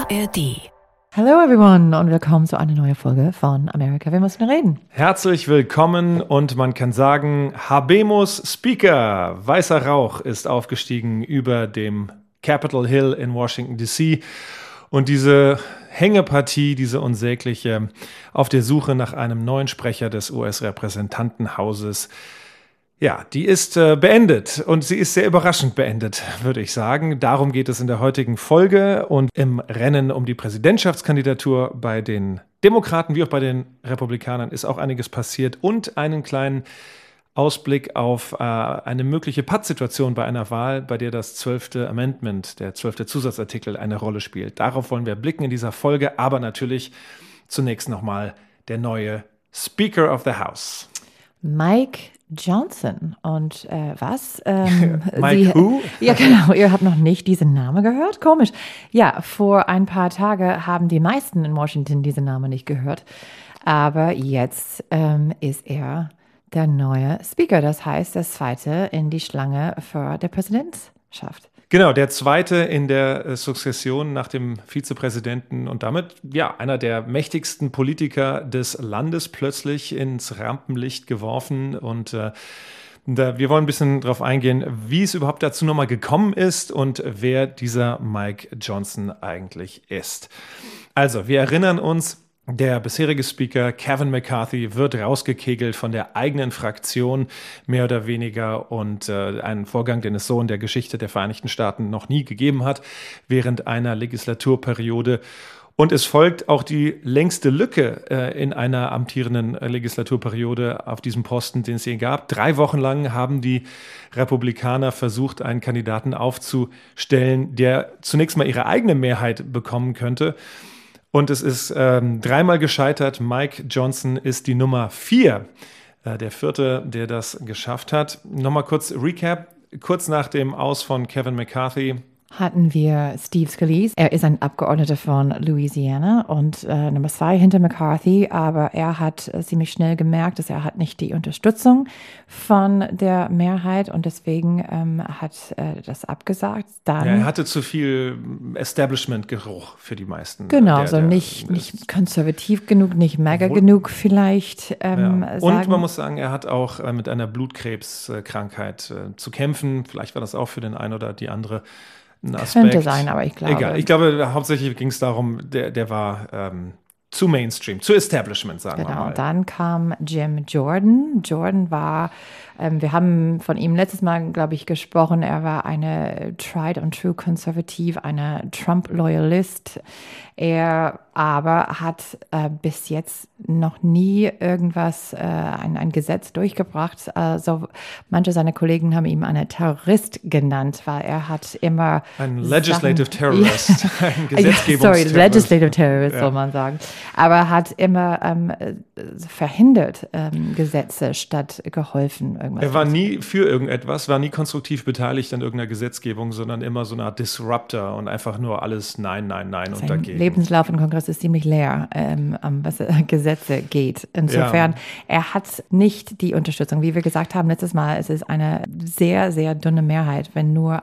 ARD. Hello everyone und willkommen zu einer neuen Folge von America, wir müssen reden. Herzlich willkommen und man kann sagen, Habemus Speaker. Weißer Rauch ist aufgestiegen über dem Capitol Hill in Washington D.C. Und diese Hängepartie, diese unsägliche, auf der Suche nach einem neuen Sprecher des US-Repräsentantenhauses, ja, die ist beendet und sie ist sehr überraschend beendet, würde ich sagen. Darum geht es in der heutigen Folge und im Rennen um die Präsidentschaftskandidatur bei den Demokraten wie auch bei den Republikanern ist auch einiges passiert und einen kleinen Ausblick auf eine mögliche Pattsituation bei einer Wahl, bei der das 12. Amendment, der 12. Zusatzartikel eine Rolle spielt. Darauf wollen wir blicken in dieser Folge, aber natürlich zunächst nochmal der neue Speaker of the House. Mike Johnson. Und was? Mike who? Ja, genau. Ihr habt noch nicht diesen Namen gehört? Komisch. Ja, vor ein paar Tagen haben die meisten in Washington diesen Namen nicht gehört. Aber jetzt ist er der neue Speaker. Das heißt, der zweite in die Schlange für die Präsidentschaft. Genau, der zweite in der Sukzession nach dem Vizepräsidenten und damit ja einer der mächtigsten Politiker des Landes plötzlich ins Rampenlicht geworfen. Und wir wollen ein bisschen darauf eingehen, wie es überhaupt dazu nochmal gekommen ist und wer dieser Mike Johnson eigentlich ist. Also, wir erinnern uns, der bisherige Speaker Kevin McCarthy wird rausgekegelt von der eigenen Fraktion, mehr oder weniger, und ein Vorgang, den es so in der Geschichte der Vereinigten Staaten noch nie gegeben hat, während einer Legislaturperiode. Und es folgt auch die längste Lücke in einer amtierenden Legislaturperiode auf diesem Posten, den es je gab. 3 Wochen lang haben die Republikaner versucht, einen Kandidaten aufzustellen, der zunächst mal ihre eigene Mehrheit bekommen könnte. Und es ist 3-mal gescheitert. Mike Johnson ist die Nummer 4, der 4., der das geschafft hat. Nochmal kurz Recap. Kurz nach dem Aus von Kevin McCarthy hatten wir Steve Scalise. Er ist ein Abgeordneter von Louisiana und Nummer 2 hinter McCarthy, aber er hat ziemlich schnell gemerkt, dass er hat nicht die Unterstützung von der Mehrheit und deswegen hat das abgesagt. Dann, er hatte zu viel Establishment-Geruch für die meisten. Genau, nicht konservativ genug, nicht MAGA genug vielleicht. Und man muss sagen, er hat auch mit einer Blutkrebskrankheit zu kämpfen. Vielleicht war das auch für den einen oder die andere ein Aspekt. Könnte sein, aber ich glaube... Egal, ich glaube, hauptsächlich ging es darum, der war zu Mainstream, zu Establishment, sagen wir mal. Genau, dann kam Jim Jordan. Jordan war, wir haben von ihm letztes Mal, glaube ich, gesprochen, er war eine tried and true Konservativ, eine Trump-Loyalist. Er aber hat bis jetzt noch nie irgendwas, ein Gesetz durchgebracht. Also manche seiner Kollegen haben ihn einen Terrorist genannt, weil er hat immer ein Legislative Terrorist, ein Gesetzgebungsterrorist. Legislative Terrorist soll man sagen. Aber er hat immer verhindert Gesetze statt geholfen. Irgendwas. Er war nie für irgendetwas, war nie konstruktiv beteiligt an irgendeiner Gesetzgebung, sondern immer so eine Art Disruptor und einfach nur alles nein und dagegen. Lebenslauf im Kongress ist ziemlich leer, was Gesetze geht. Insofern, er hat nicht die Unterstützung. Wie wir gesagt haben letztes Mal, es ist eine sehr, sehr dünne Mehrheit. Wenn nur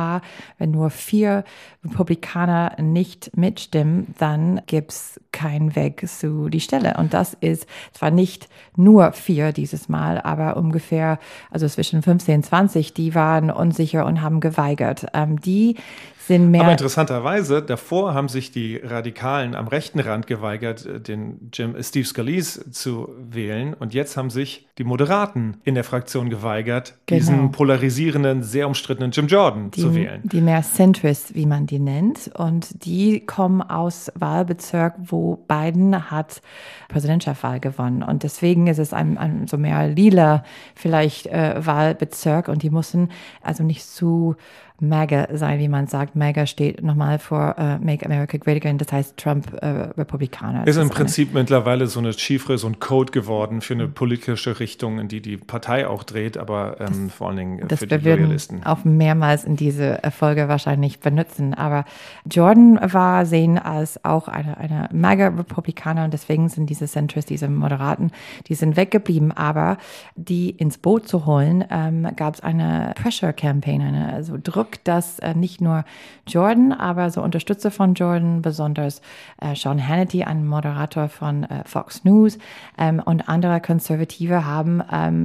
4 Republikaner nicht mitstimmen, dann gibt es keinen Weg zu die Stelle. Und das ist zwar nicht nur 4 dieses Mal, aber ungefähr, also zwischen 15 und 20, die waren unsicher und haben geweigert. Die sind mehr. Aber interessanterweise, davor haben sich die Radikalen am rechten Rand geweigert, den Steve Scalise zu wählen. Und jetzt haben sich die Moderaten in der Fraktion geweigert, diesen polarisierenden, sehr umstrittenen Jim Jordan zu wählen. Die mehr Centrist, wie man die nennt. Und die kommen aus Wahlbezirk, wo Biden hat Präsidentschaftswahl gewonnen. Und deswegen ist es ein so mehr lila vielleicht Wahlbezirk. Und die mussten also nicht zu MAGA sein, wie man sagt. MAGA steht nochmal für Make America Great Again, das heißt Trump-Republikaner. Ist im Prinzip mittlerweile so eine Chiffre, so ein Code geworden für eine politische Richtung, in die Partei auch dreht, aber vor allen Dingen für die Loyalisten. Das wir auch mehrmals in diese Folge wahrscheinlich benutzen. Aber Jordan war sehen als auch eine MAGA-Republikaner und deswegen sind diese Centrists, diese Moderaten, die sind weggeblieben. Aber die ins Boot zu holen, gab es eine Pressure-Campaign, also Druck Druck, dass nicht nur Jordan, aber so Unterstützer von Jordan, besonders Sean Hannity, ein Moderator von Fox News und andere Konservative haben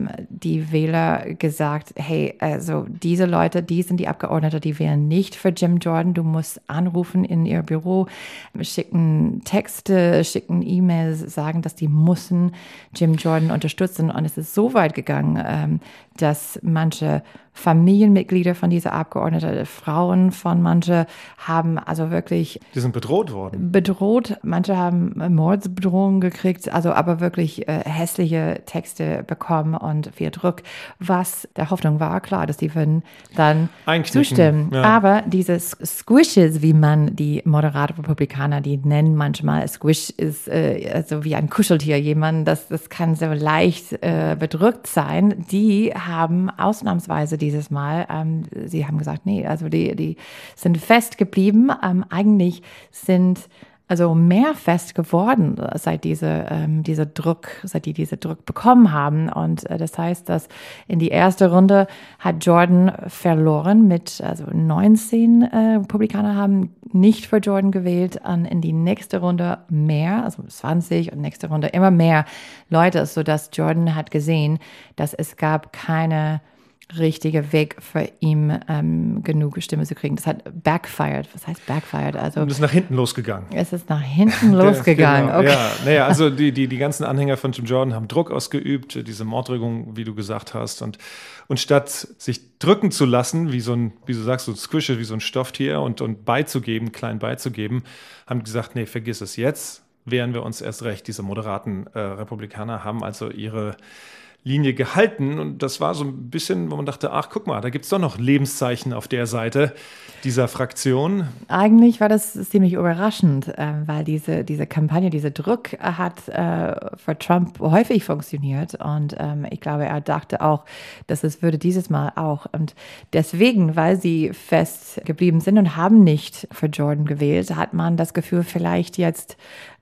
die Wähler gesagt, hey, also diese Leute, die sind die Abgeordneten, die wählen nicht für Jim Jordan. Du musst anrufen in ihr Büro, schicken Texte, schicken E-Mails, sagen, dass die müssen Jim Jordan unterstützen. Und es ist so weit gegangen, dass manche Familienmitglieder von dieser Abgeordneten, Frauen von manche haben also wirklich... Die sind bedroht worden. Bedroht. Manche haben Mordsbedrohungen gekriegt, also aber wirklich hässliche Texte bekommen und viel Druck, was der Hoffnung war, klar, dass die würden dann zustimmen. Ja. Aber diese Squishes, wie man die moderaten Republikaner, die nennen manchmal, Squish ist also wie ein Kuscheltier, jemand, das kann so leicht bedrückt sein, die haben ausnahmsweise dieses Mal, sie haben gesagt, nee, also die sind fest geblieben. Eigentlich sind also mehr fest geworden, seit die diese Druck bekommen haben. Und das heißt, dass in die erste Runde hat Jordan verloren also 19 Republikaner haben nicht für Jordan gewählt. Und in die nächste Runde mehr, also 20 und nächste Runde immer mehr Leute, sodass Jordan hat gesehen, dass es gab keine richtige Weg für ihn, genug Stimme zu kriegen. Das hat backfired. Was heißt backfired? Also, und es ist nach hinten losgegangen. Es ist nach hinten losgegangen. Genau. Okay. Ja, naja, also die ganzen Anhänger von Jim Jordan haben Druck ausgeübt, diese Morddrohung, wie du gesagt hast. Und statt sich drücken zu lassen, wie du sagst, so ein Squishy, wie so ein Stofftier und klein beizugeben, haben gesagt, nee, vergiss es. Jetzt wehren wir uns erst recht. Diese moderaten Republikaner haben also ihre Linie gehalten und das war so ein bisschen, wo man dachte, ach, guck mal, da gibt es doch noch Lebenszeichen auf der Seite dieser Fraktion. Eigentlich war das ziemlich überraschend, weil diese Kampagne, dieser Druck hat für Trump häufig funktioniert und ich glaube, er dachte auch, dass es würde dieses Mal auch und deswegen, weil sie fest geblieben sind und haben nicht für Jordan gewählt, hat man das Gefühl, vielleicht jetzt,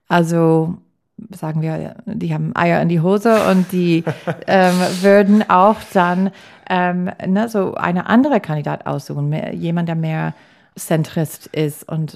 also sagen wir, die haben Eier in die Hose und die würden auch dann so eine andere Kandidat aussuchen, jemand, der mehr Centrist ist und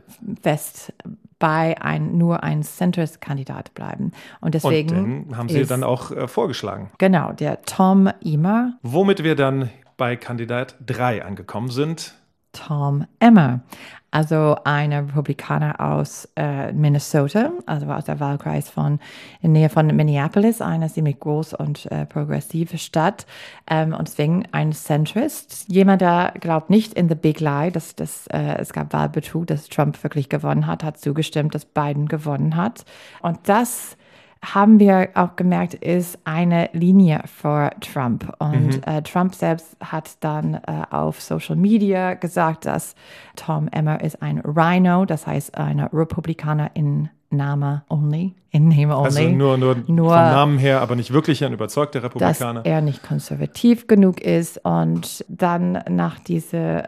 fest bei nur ein Centrist-Kandidat bleiben. Und deswegen und den haben sie dann auch vorgeschlagen. Genau, der Tom Emmer. Womit wir dann bei Kandidat 3 angekommen sind. Tom Emmer, also ein Republikaner aus Minnesota, also aus der Wahlkreis in Nähe von Minneapolis, eine ziemlich groß und progressive Stadt und deswegen ein Centrist, jemand, der glaubt nicht in the big lie, dass es gab Wahlbetrug, dass Trump wirklich gewonnen hat zugestimmt, dass Biden gewonnen hat und das haben wir auch gemerkt, ist eine Linie für Trump. Und Trump selbst hat dann auf Social Media gesagt, dass Tom Emmer ist ein Rhino, das heißt ein Republikaner in Name only, in Name only. Also nur vom Namen her, aber nicht wirklich ein überzeugter Republikaner. Dass er nicht konservativ genug ist. Und dann nach dieser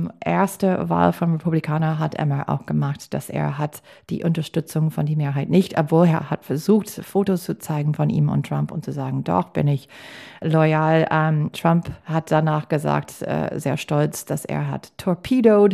ersten Wahl von Republikaner hat Emmer auch gemacht, dass er hat die Unterstützung von der Mehrheit nicht, obwohl er hat versucht, Fotos zu zeigen von ihm und Trump und zu sagen, doch, bin ich loyal. Trump hat danach gesagt, sehr stolz, dass er hat torpedoed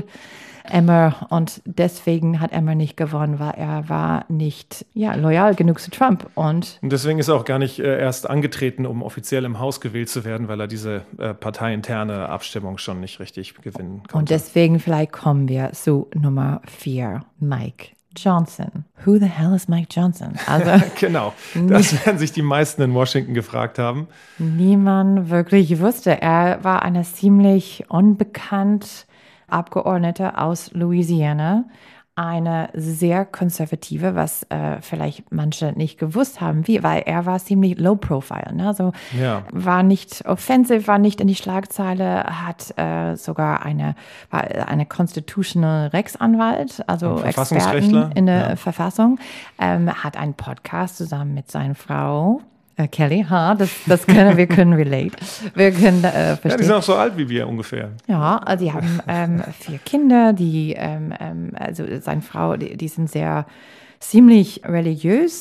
Emmer und deswegen hat Emmer nicht gewonnen, weil er war nicht loyal genug zu Trump. Und deswegen ist er auch gar nicht erst angetreten, um offiziell im Haus gewählt zu werden, weil er diese parteiinterne Abstimmung schon nicht richtig gewinnen konnte. Und deswegen vielleicht kommen wir zu Nummer 4, Mike Johnson. Who the hell is Mike Johnson? Also, genau, das werden sich die meisten in Washington gefragt haben. Niemand wirklich wusste. Er war eine ziemlich unbekannt Abgeordnete aus Louisiana, eine sehr konservative, was vielleicht manche nicht gewusst haben, weil er war ziemlich low profile, ne? Also war nicht offensive, war nicht in die Schlagzeile, hat sogar war eine constitutional Rechtsanwalt, also Experten in der Verfassung, hat einen Podcast zusammen mit seiner Frau. Kelly, wir können relate. Wir können verstehen. Ja, die sind auch so alt wie wir ungefähr. Ja, also die haben 4 Kinder, also seine Frau, die sind ziemlich religiös.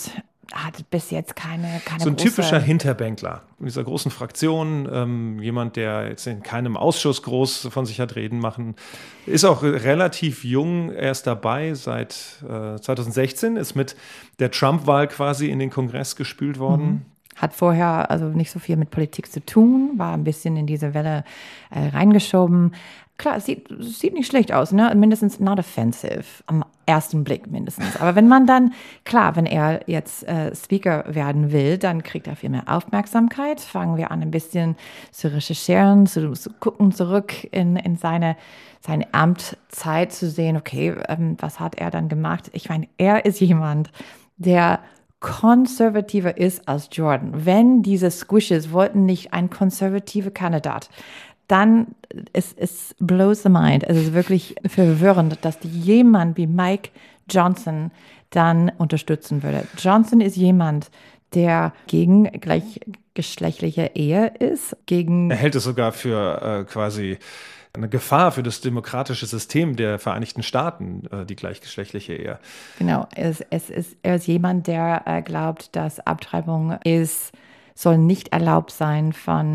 hat bis jetzt keine so ein typischer Hinterbänkler in dieser großen Fraktion, jemand, der jetzt in keinem Ausschuss groß von sich hat reden machen, ist auch relativ jung erst dabei, seit 2016, ist mit der Trump-Wahl quasi in den Kongress gespült worden. Hat vorher also nicht so viel mit Politik zu tun, war ein bisschen in diese Welle reingeschoben. Klar, es sieht nicht schlecht aus, ne? Mindestens not offensive, am ersten Blick mindestens. Aber wenn man dann, klar, wenn er jetzt Speaker werden will, dann kriegt er viel mehr Aufmerksamkeit. Fangen wir an, ein bisschen zu recherchieren, zu gucken zurück in seine Amtszeit, zu sehen, okay, was hat er dann gemacht? Ich meine, er ist jemand, der konservativer ist als Jordan. Wenn diese Squishes wollten nicht ein konservativer Kandidat, dann es blows the mind. Es ist wirklich verwirrend, dass jemand wie Mike Johnson dann unterstützen würde. Johnson ist jemand, der gegen gleichgeschlechtliche Ehe ist. Er hält es sogar für quasi eine Gefahr für das demokratische System der Vereinigten Staaten, die gleichgeschlechtliche Ehe. Genau, er ist jemand, der glaubt, dass Abtreibung soll nicht erlaubt sein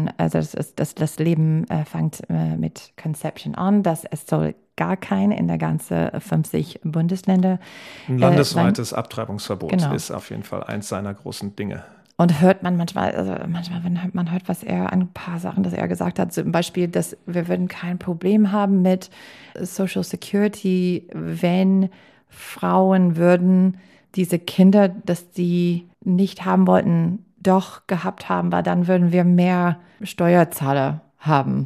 das Leben fängt mit Conception an, dass es soll gar kein in der ganzen 50 Bundesländer ein landesweites Abtreibungsverbot ist auf jeden Fall eins seiner großen Dinge. Und hört man manchmal, wenn man hört, was ein paar Sachen, dass er gesagt hat, zum Beispiel, dass wir würden kein Problem haben mit Social Security, wenn Frauen würden diese Kinder, dass die nicht haben wollten, doch gehabt haben, weil dann würden wir mehr Steuerzahler haben.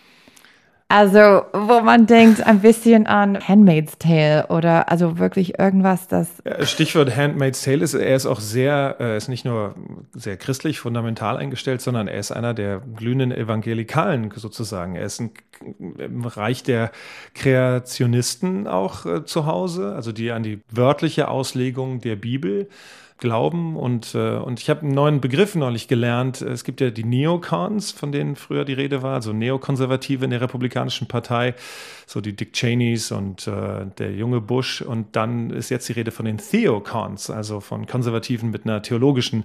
Also, wo man denkt ein bisschen an Handmaid's Tale oder also wirklich irgendwas, das... Stichwort Handmaid's Tale er ist nicht nur sehr christlich, fundamental eingestellt, sondern er ist einer der glühenden Evangelikalen sozusagen. Er ist im Reich der Kreationisten auch zu Hause, also die an die wörtliche Auslegung der Bibel glauben und ich habe einen neuen Begriff neulich gelernt. Es gibt ja die Neocons, von denen früher die Rede war, also Neokonservative in der Republikanischen Partei, so die Dick Cheneys und der junge Bush, und dann ist jetzt die Rede von den Theocons, also von Konservativen mit einer theologischen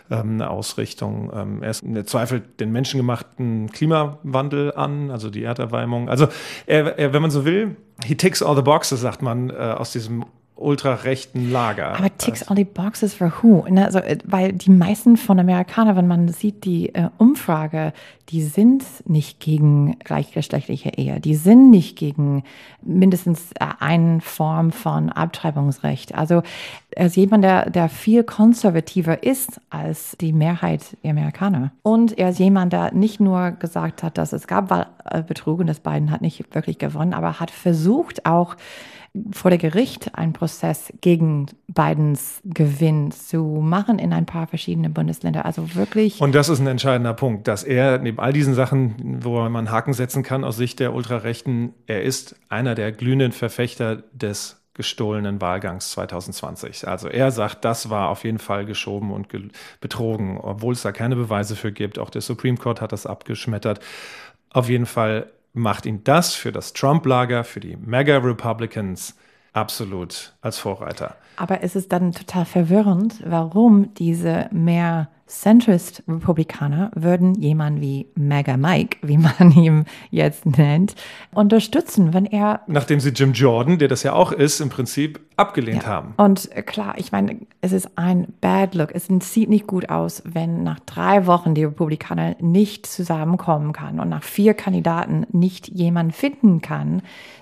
Ausrichtung. Er zweifelt den menschengemachten Klimawandel an, also die Erderwärmung. Also er, wenn man so will, he ticks all the boxes, sagt man aus diesem ultrarechten Lager. Aber ticks all the boxes for who? Also, weil die meisten von Amerikanern, wenn man sieht, die Umfrage, die sind nicht gegen gleichgeschlechtliche Ehe. Die sind nicht gegen mindestens eine Form von Abtreibungsrecht. Also er ist jemand, der viel konservativer ist als die Mehrheit der Amerikaner. Und er ist jemand, der nicht nur gesagt hat, dass es gab Wahlbetrug und dass Biden hat nicht wirklich gewonnen, aber hat versucht auch vor der Gericht einen Prozess gegen Bidens Gewinn zu machen in ein paar verschiedene Bundesländer. Also wirklich. Und das ist ein entscheidender Punkt, dass er neben all diesen Sachen, wo man einen Haken setzen kann aus Sicht der Ultrarechten, er ist einer der glühenden Verfechter des gestohlenen Wahlgangs 2020. Also er sagt, das war auf jeden Fall geschoben und betrogen, obwohl es da keine Beweise für gibt. Auch der Supreme Court hat das abgeschmettert. Auf jeden Fall macht ihn das für das Trump-Lager, für die MAGA-Republicans absolut als Vorreiter. Aber es ist dann total verwirrend, warum diese mehr Centrist-Republikaner würden jemanden wie MAGA Mike, wie man ihn jetzt nennt, unterstützen, wenn er... Nachdem sie Jim Jordan, der das ja auch ist, im Prinzip abgelehnt haben. Und klar, ich meine, es ist ein Bad Look. Es sieht nicht gut aus, wenn nach 3 Wochen die Republikaner nicht zusammenkommen kann und nach 4 Kandidaten nicht jemanden finden kann,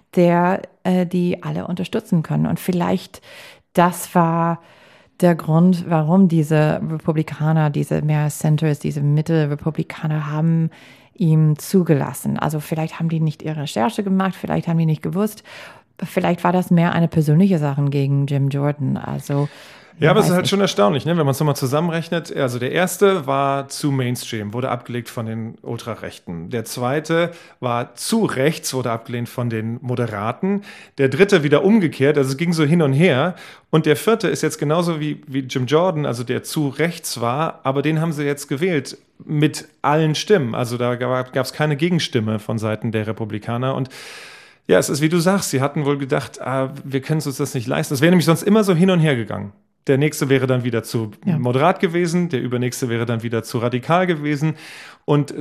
der die alle unterstützen können. Und vielleicht das war der Grund, warum diese Republikaner, diese mehr Centers, diese Mitte-Republikaner haben ihm zugelassen. Also vielleicht haben die nicht ihre Recherche gemacht, vielleicht haben die nicht gewusst. Vielleicht war das mehr eine persönliche Sache gegen Jim Jordan. Also ja, aber es ist halt schon erstaunlich, ne? Wenn man es nochmal zusammenrechnet. Also der erste war zu Mainstream, wurde abgelehnt von den Ultrarechten. Der zweite war zu rechts, wurde abgelehnt von den Moderaten. Der dritte wieder umgekehrt, also es ging so hin und her. Und der vierte ist jetzt genauso wie Jim Jordan, also der zu rechts war, aber den haben sie jetzt gewählt mit allen Stimmen. Also da gab es keine Gegenstimme von Seiten der Republikaner. Und ja, es ist wie du sagst, sie hatten wohl gedacht, wir können uns das nicht leisten. Es wäre nämlich sonst immer so hin und her gegangen. Der nächste wäre dann wieder zu moderat gewesen, der übernächste wäre dann wieder zu radikal gewesen. Und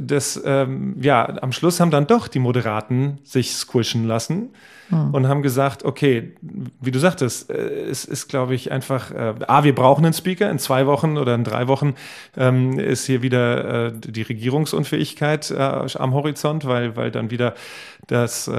am Schluss haben dann doch die Moderaten sich squishen lassen und haben gesagt, okay, wie du sagtest, es ist, glaube ich, einfach, wir brauchen einen Speaker. In 2 Wochen oder in 3 Wochen ist hier wieder die Regierungsunfähigkeit am Horizont, weil dann wieder das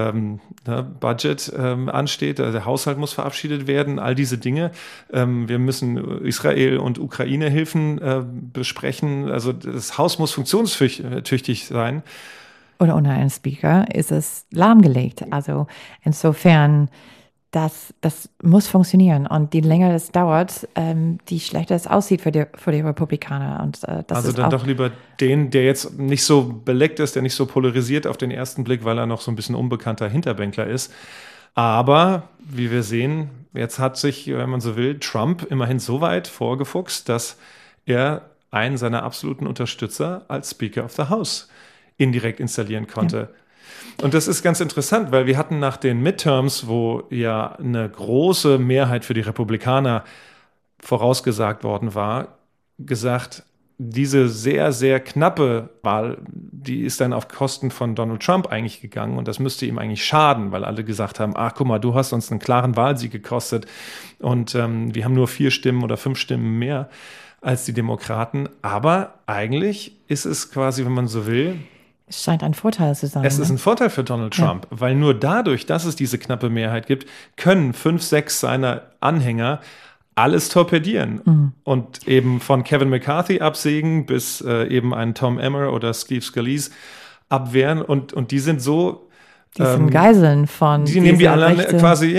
Budget ansteht, also der Haushalt muss verabschiedet werden, all diese Dinge. Wir müssen Israel- und Ukraine-Hilfen besprechen. Also das Haus muss funktionstüchtig sein. Und ohne einen Speaker ist es lahmgelegt. Also insofern, das muss funktionieren. Und je länger das dauert, die schlechter es aussieht für die Republikaner. Und, also dann doch lieber den, der jetzt nicht so beleckt ist, der nicht so polarisiert auf den ersten Blick, weil er noch so ein bisschen unbekannter Hinterbänkler ist. Aber, wie wir sehen, jetzt hat sich, wenn man so will, Trump immerhin so weit vorgefuchst, dass er einen seiner absoluten Unterstützer als Speaker of the House indirekt installieren konnte. Ja. Und das ist ganz interessant, weil wir hatten nach den Midterms, wo ja eine große Mehrheit für die Republikaner vorausgesagt worden war, gesagt, diese sehr, sehr knappe Wahl, die ist dann auf Kosten von Donald Trump eigentlich gegangen und das müsste ihm eigentlich schaden, weil alle gesagt haben, guck mal, du hast uns einen klaren Wahlsieg gekostet und wir haben nur 4 Stimmen oder 5 Stimmen mehr als die Demokraten. Aber eigentlich ist es quasi, wenn man so will, es scheint ein Vorteil zu sein. Es ist ein Vorteil für Donald Trump, weil nur dadurch, dass es diese knappe Mehrheit gibt, können 5, 6 seiner Anhänger alles torpedieren und eben von Kevin McCarthy absägen bis eben einen Tom Emmer oder Steve Scalise abwehren und die sind so die sind Geiseln von die nehmen die anderen quasi,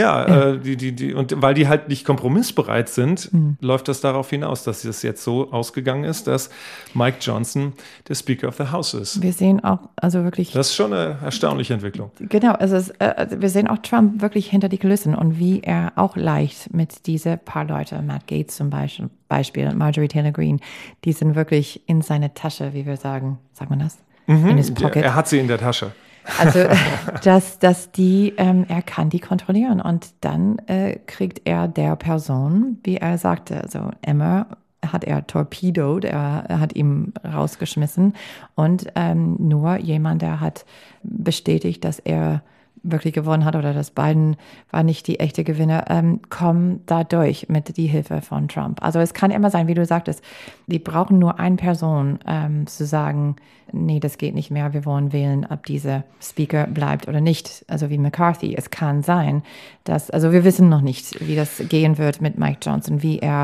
und weil die halt nicht kompromissbereit sind, läuft das darauf hinaus, dass es jetzt so ausgegangen ist, dass Mike Johnson der Speaker of the House ist. Wir sehen auch, also wirklich... Das ist schon eine erstaunliche Entwicklung. Genau, also wir sehen auch Trump wirklich hinter die Kulissen und wie er auch leicht mit diese paar Leute, Matt Gaetz zum Beispiel, Marjorie Taylor Greene, die sind wirklich in seine Tasche, wie wir sagen. Sagt man das? In his pocket. Er hat sie in der Tasche. Also, dass die, er kann die kontrollieren und dann kriegt er der Person, wie er sagte, also Emma hat er torpedoed, er hat ihn rausgeschmissen und nur jemand, der hat bestätigt, dass er wirklich gewonnen hat oder dass Biden war nicht die echte Gewinner, kommen dadurch mit die Hilfe von Trump. Also es kann immer sein, wie du sagtest, die brauchen nur eine Person zu sagen, nee, das geht nicht mehr, wir wollen wählen, ob dieser Speaker bleibt oder nicht. Also wie McCarthy. Es kann sein, dass, also wir wissen noch nicht, wie das gehen wird mit Mike Johnson,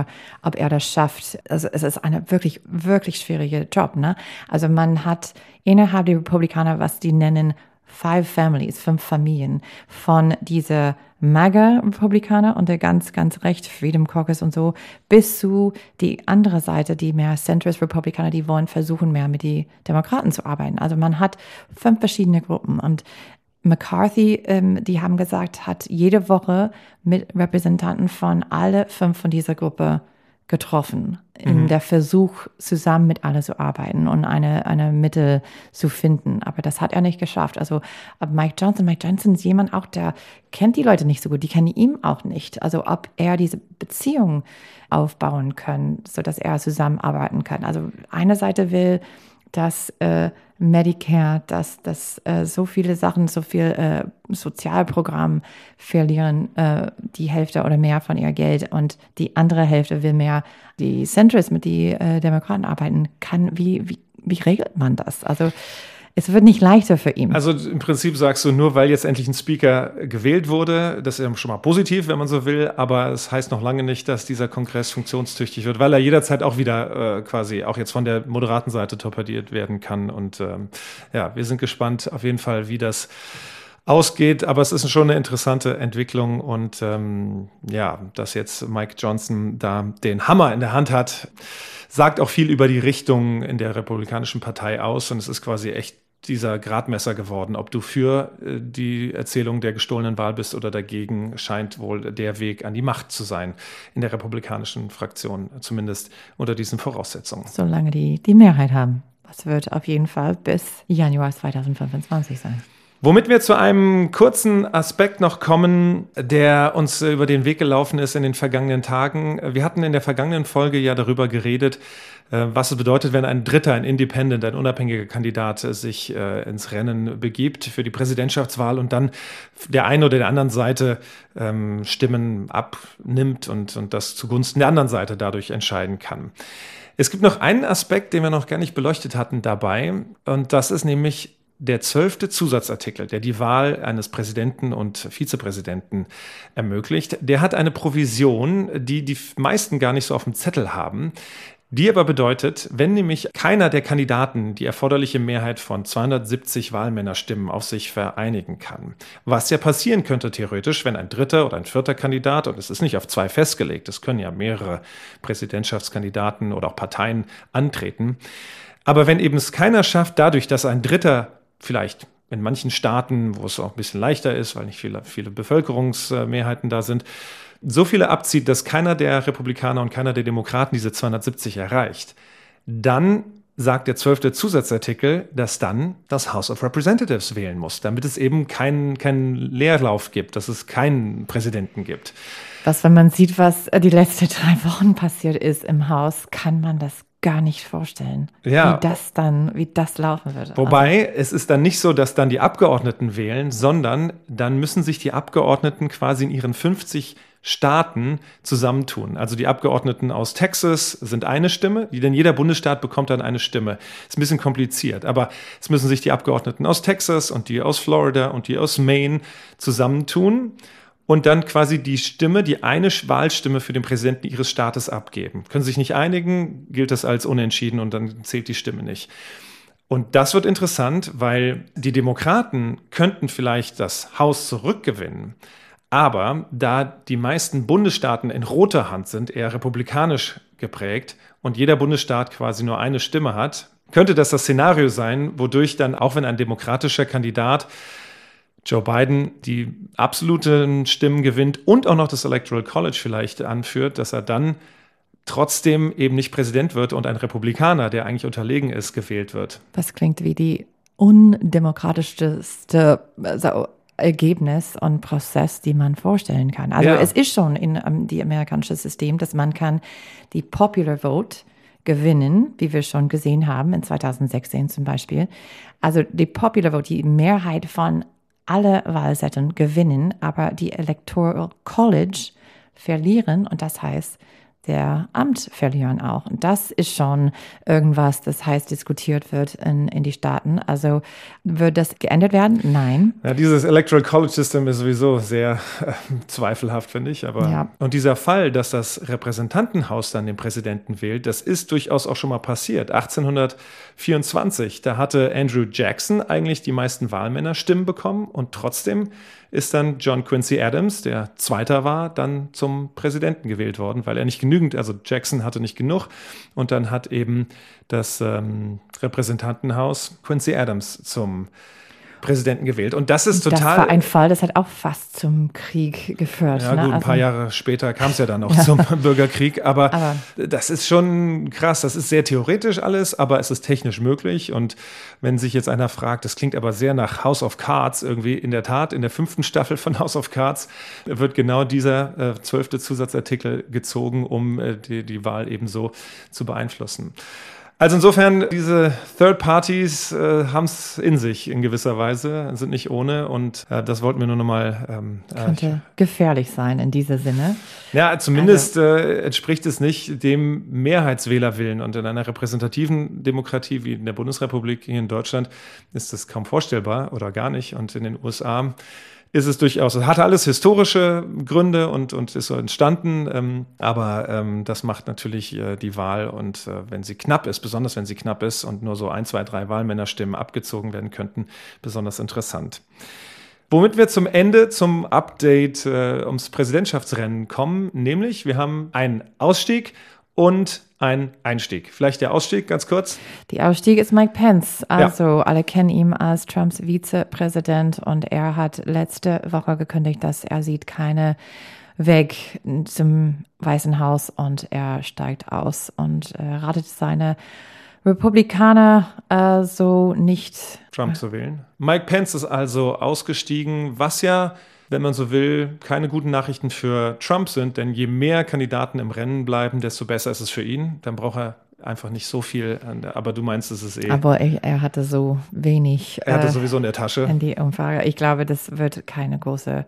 ob er das schafft. Also es ist eine wirklich, wirklich schwierige Job, ne? Also man hat innerhalb der Republikaner, was die nennen, 5 Familien von dieser MAGA-Republikaner und der ganz, ganz recht, Freedom Caucus und so, bis zu die andere Seite, die mehr Centrist-Republikaner, die wollen versuchen, mehr mit den Demokraten zu arbeiten. Also man hat 5 verschiedene Gruppen und McCarthy, die haben gesagt, hat jede Woche mit Repräsentanten von alle 5 von dieser Gruppe getroffen, in der Versuch, zusammen mit allen zu arbeiten und eine Mittel zu finden. Aber das hat er nicht geschafft. Also Mike Johnson ist jemand auch, der kennt die Leute nicht so gut, die kennen ihn auch nicht. Also ob er diese Beziehung aufbauen kann, sodass er zusammenarbeiten kann. Also eine Seite will, dass Medicare, dass so viele Sachen, so viel Sozialprogramm verlieren die Hälfte oder mehr von ihr Geld und die andere Hälfte will mehr die Centrist mit die Demokraten arbeiten kann. Wie regelt man das? Also es wird nicht leichter für ihn. Also im Prinzip sagst du, nur weil jetzt endlich ein Speaker gewählt wurde, das ist ja schon mal positiv, wenn man so will, aber es heißt noch lange nicht, dass dieser Kongress funktionstüchtig wird, weil er jederzeit auch wieder quasi auch jetzt von der moderaten Seite torpediert werden kann. Und wir sind gespannt auf jeden Fall, wie das ausgeht, aber es ist schon eine interessante Entwicklung und dass jetzt Mike Johnson da den Hammer in der Hand hat, sagt auch viel über die Richtung in der Republikanischen Partei aus und es ist quasi echt dieser Gradmesser geworden. Ob du für die Erzählung der gestohlenen Wahl bist oder dagegen, scheint wohl der Weg an die Macht zu sein in der republikanischen Fraktion, zumindest unter diesen Voraussetzungen. Solange die Mehrheit haben. Das wird auf jeden Fall bis Januar 2025 sein. Womit wir zu einem kurzen Aspekt noch kommen, der uns über den Weg gelaufen ist in den vergangenen Tagen. Wir hatten in der vergangenen Folge ja darüber geredet, was es bedeutet, wenn ein Dritter, ein Independent, ein unabhängiger Kandidat sich ins Rennen begibt für die Präsidentschaftswahl und dann der einen oder der anderen Seite Stimmen abnimmt und das zugunsten der anderen Seite dadurch entscheiden kann. Es gibt noch einen Aspekt, den wir noch gar nicht beleuchtet hatten dabei, und das ist nämlich der 12. Zusatzartikel, der die Wahl eines Präsidenten und Vizepräsidenten ermöglicht. Der hat eine Provision, die die meisten gar nicht so auf dem Zettel haben, die aber bedeutet, wenn nämlich keiner der Kandidaten die erforderliche Mehrheit von 270 Wahlmännerstimmen auf sich vereinigen kann, was ja passieren könnte theoretisch, wenn ein dritter oder ein vierter Kandidat, und es ist nicht auf zwei festgelegt, es können ja mehrere Präsidentschaftskandidaten oder auch Parteien antreten, aber wenn eben es keiner schafft, dadurch, dass ein Dritter vielleicht in manchen Staaten, wo es auch ein bisschen leichter ist, weil nicht viele Bevölkerungsmehrheiten da sind, so viele abzieht, dass keiner der Republikaner und keiner der Demokraten diese 270 erreicht, dann sagt der 12. Zusatzartikel, dass dann das House of Representatives wählen muss, damit es eben keinen Leerlauf gibt, dass es keinen Präsidenten gibt. Wenn man sieht, was die letzten 3 Wochen passiert ist im Haus, kann man das gar nicht vorstellen, wie das laufen wird. Wobei, es ist dann nicht so, dass dann die Abgeordneten wählen, sondern dann müssen sich die Abgeordneten quasi in ihren 50 Staaten zusammentun. Also die Abgeordneten aus Texas sind eine Stimme, denn jeder Bundesstaat bekommt dann eine Stimme. Ist ein bisschen kompliziert, aber es müssen sich die Abgeordneten aus Texas und die aus Florida und die aus Maine zusammentun und dann quasi die eine Wahlstimme für den Präsidenten ihres Staates abgeben. Können sich nicht einigen, gilt das als unentschieden und dann zählt die Stimme nicht. Und das wird interessant, weil die Demokraten könnten vielleicht das Haus zurückgewinnen, aber da die meisten Bundesstaaten in roter Hand sind, eher republikanisch geprägt und jeder Bundesstaat quasi nur eine Stimme hat, könnte das Szenario sein, wodurch dann, auch wenn ein demokratischer Kandidat Joe Biden die absoluten Stimmen gewinnt und auch noch das Electoral College vielleicht anführt, dass er dann trotzdem eben nicht Präsident wird und ein Republikaner, der eigentlich unterlegen ist, gewählt wird. Das klingt wie die undemokratischste Ergebnis und Prozess, die man vorstellen kann. Also es ist schon in die amerikanische System, dass man kann die Popular Vote gewinnen, wie wir schon gesehen haben in 2016 zum Beispiel. Also die Popular Vote, die Mehrheit von alle Wahlsätzen gewinnen, aber die Electoral College verlieren und das heißt, der Amt verlieren auch. Und das ist schon irgendwas, das heißt, diskutiert wird in die Staaten. Also wird das geändert werden? Nein. Ja, dieses Electoral College System ist sowieso sehr zweifelhaft, finde ich. Und dieser Fall, dass das Repräsentantenhaus dann den Präsidenten wählt, das ist durchaus auch schon mal passiert. 1824, da hatte Andrew Jackson eigentlich die meisten Wahlmännerstimmen bekommen und trotzdem ist dann John Quincy Adams, der Zweiter war, dann zum Präsidenten gewählt worden, weil er nicht genügend, also Jackson hatte nicht genug und dann hat eben das Repräsentantenhaus Quincy Adams zum Präsidenten gewählt. Und das ist total... Das war ein Fall, das hat auch fast zum Krieg geführt. Ja gut, ein paar Jahre später kam es ja dann auch zum Bürgerkrieg. Aber das ist schon krass. Das ist sehr theoretisch alles, aber es ist technisch möglich. Und wenn sich jetzt einer fragt, das klingt aber sehr nach House of Cards irgendwie, in der Tat, in der 5. Staffel von House of Cards wird genau dieser 12. Zusatzartikel gezogen, um die Wahl ebenso zu beeinflussen. Also insofern, diese Third Parties haben es in sich in gewisser Weise, sind nicht ohne und das wollten wir nur nochmal... könnte gefährlich sein in diesem Sinne. Ja, zumindest entspricht es nicht dem Mehrheitswählerwillen und in einer repräsentativen Demokratie wie in der Bundesrepublik hier in Deutschland ist das kaum vorstellbar oder gar nicht und in den USA ist es durchaus, es hatte alles historische Gründe und ist so entstanden, aber das macht natürlich die Wahl und wenn sie knapp ist, besonders wenn sie knapp ist und nur so 1, 2, 3 Wahlmännerstimmen abgezogen werden könnten, besonders interessant. Womit wir zum Ende, zum Update ums Präsidentschaftsrennen kommen, nämlich wir haben einen Ausstieg und ein Einstieg. Vielleicht der Ausstieg, ganz kurz. Der Ausstieg ist Mike Pence. Also alle kennen ihn als Trumps Vizepräsident und er hat letzte Woche gekündigt, dass er sieht keine Weg zum Weißen Haus und er steigt aus und ratet seine Republikaner so nicht Trump zu wählen. Mike Pence ist also ausgestiegen, was ja, wenn man so will, keine guten Nachrichten für Trump sind, denn je mehr Kandidaten im Rennen bleiben, desto besser ist es für ihn. Dann braucht er einfach nicht so viel, aber du meinst, es ist Aber er hatte so wenig. Er hatte sowieso in der Tasche. In die Umfrage. Ich glaube, das wird keine große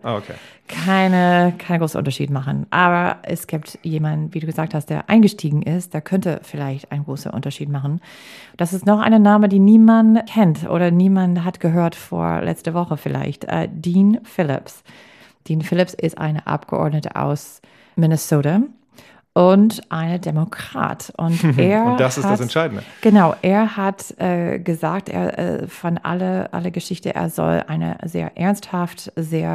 Unterschied machen. Aber es gibt jemanden, wie du gesagt hast, der eingestiegen ist, der könnte vielleicht einen großen Unterschied machen. Das ist noch ein Name, die niemand kennt oder niemand hat gehört vor letzte Woche vielleicht. Dean Phillips. Dean Phillips ist eine Abgeordnete aus Minnesota. Und eine Demokrat. Und und das ist das Entscheidende. Genau, er hat gesagt, von alle Geschichte, er soll eine sehr ernsthaft,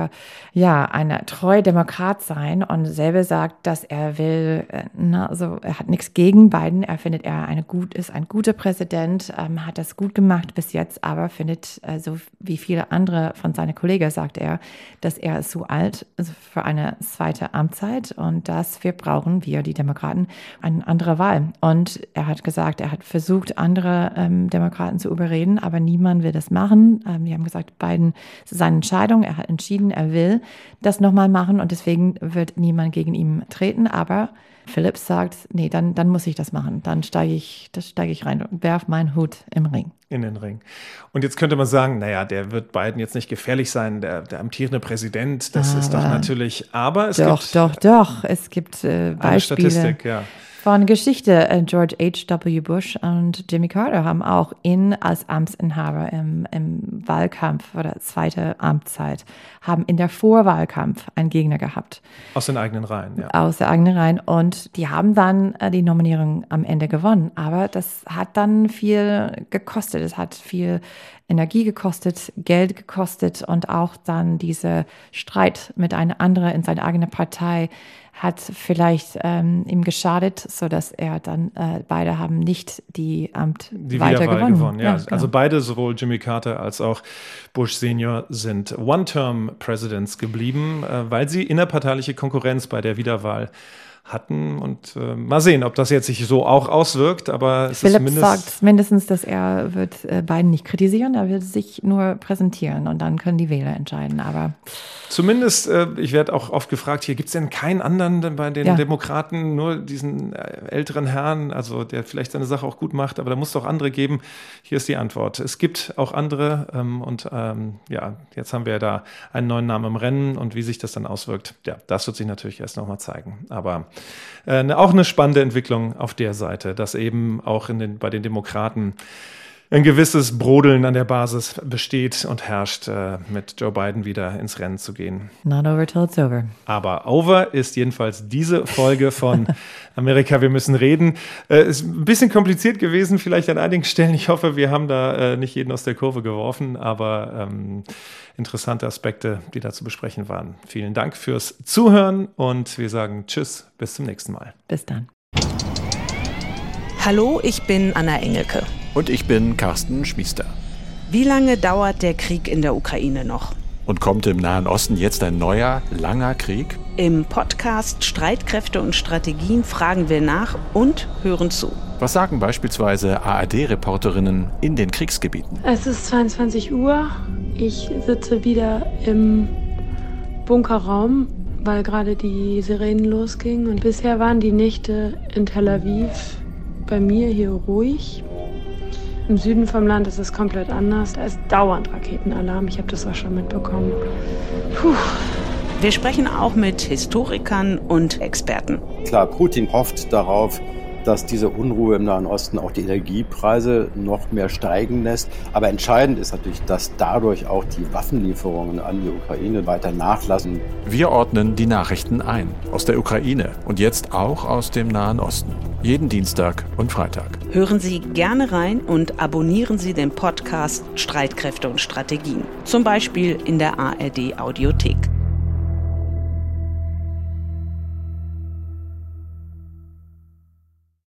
eine treue Demokrat sein und selber sagt, dass er will, er hat nichts gegen Biden, er findet, ist ein guter Präsident, hat das gut gemacht bis jetzt, aber findet, so wie viele andere von seinen Kollegen, sagt er, dass er ist zu alt für eine zweite Amtszeit und dass wir brauchen, die Demokraten, eine andere Wahl. Und er hat gesagt, er hat versucht, andere Demokraten zu überreden, aber niemand will das machen. Die haben gesagt, Biden, es ist seine Entscheidung, er hat entschieden, er will das nochmal machen und deswegen wird niemand gegen ihn treten. Aber Phillips sagt, nee, dann muss ich das machen. Dann steige ich rein und werfe meinen Hut im Ring. In den Ring. Und jetzt könnte man sagen, naja, der wird Biden jetzt nicht gefährlich sein, der amtierende Präsident, das ist doch natürlich, aber es gibt... Doch, es gibt Beispiele Statistik, ja. von Geschichte. George H.W. Bush und Jimmy Carter haben auch ihn als Amtsinhaber im Wahlkampf oder zweite Amtszeit, haben in der Vorwahlkampf einen Gegner gehabt. Aus den eigenen Reihen, ja. Aus der eigenen Reihen und die haben dann die Nominierung am Ende gewonnen. Aber das hat dann viel gekostet. Es hat viel Energie gekostet, Geld gekostet und auch dann dieser Streit mit einer anderen in seiner eigenen Partei hat vielleicht ihm geschadet, sodass er dann beide haben nicht die Amt weiter gewonnen. Ja, also beide, sowohl Jimmy Carter als auch Bush Senior, sind One-Term-Presidents geblieben, weil sie innerparteiliche Konkurrenz bei der Wiederwahl hatten und mal sehen, ob das jetzt sich so auch auswirkt, aber es Philipp sagt mindestens, dass er wird Biden nicht kritisieren, er wird sich nur präsentieren und dann können die Wähler entscheiden, aber zumindest, ich werde auch oft gefragt, hier gibt es denn keinen anderen bei den Demokraten, nur diesen älteren Herrn, also der vielleicht seine Sache auch gut macht, aber da muss es doch andere geben. Hier ist die Antwort. Es gibt auch andere jetzt haben wir da einen neuen Namen im Rennen und wie sich das dann auswirkt, ja, das wird sich natürlich erst nochmal zeigen, aber auch eine spannende Entwicklung auf der Seite, dass eben auch bei den Demokraten ein gewisses Brodeln an der Basis besteht und herrscht, mit Joe Biden wieder ins Rennen zu gehen. Not over till it's over. Aber over ist jedenfalls diese Folge von Amerika, wir müssen reden. Ist ein bisschen kompliziert gewesen, vielleicht an einigen Stellen. Ich hoffe, wir haben da nicht jeden aus der Kurve geworfen, aber interessante Aspekte, die da zu besprechen waren. Vielen Dank fürs Zuhören und wir sagen Tschüss, bis zum nächsten Mal. Bis dann. Hallo, ich bin Anna Engelke. Und ich bin Carsten Schmiester. Wie lange dauert der Krieg in der Ukraine noch? Und kommt im Nahen Osten jetzt ein neuer, langer Krieg? Im Podcast Streitkräfte und Strategien fragen wir nach und hören zu. Was sagen beispielsweise ARD-Reporterinnen in den Kriegsgebieten? Es ist 22 Uhr. Ich sitze wieder im Bunkerraum, weil gerade die Sirenen losgingen. Und bisher waren die Nächte in Tel Aviv bei mir hier ruhig. Im Süden vom Land ist es komplett anders. Da ist dauernd Raketenalarm. Ich habe das auch schon mitbekommen. Puh. Wir sprechen auch mit Historikern und Experten. Klar, Putin hofft darauf, dass diese Unruhe im Nahen Osten auch die Energiepreise noch mehr steigen lässt. Aber entscheidend ist natürlich, dass dadurch auch die Waffenlieferungen an die Ukraine weiter nachlassen. Wir ordnen die Nachrichten ein. Aus der Ukraine und jetzt auch aus dem Nahen Osten. Jeden Dienstag und Freitag. Hören Sie gerne rein und abonnieren Sie den Podcast Streitkräfte und Strategien. Zum Beispiel in der ARD Audiothek.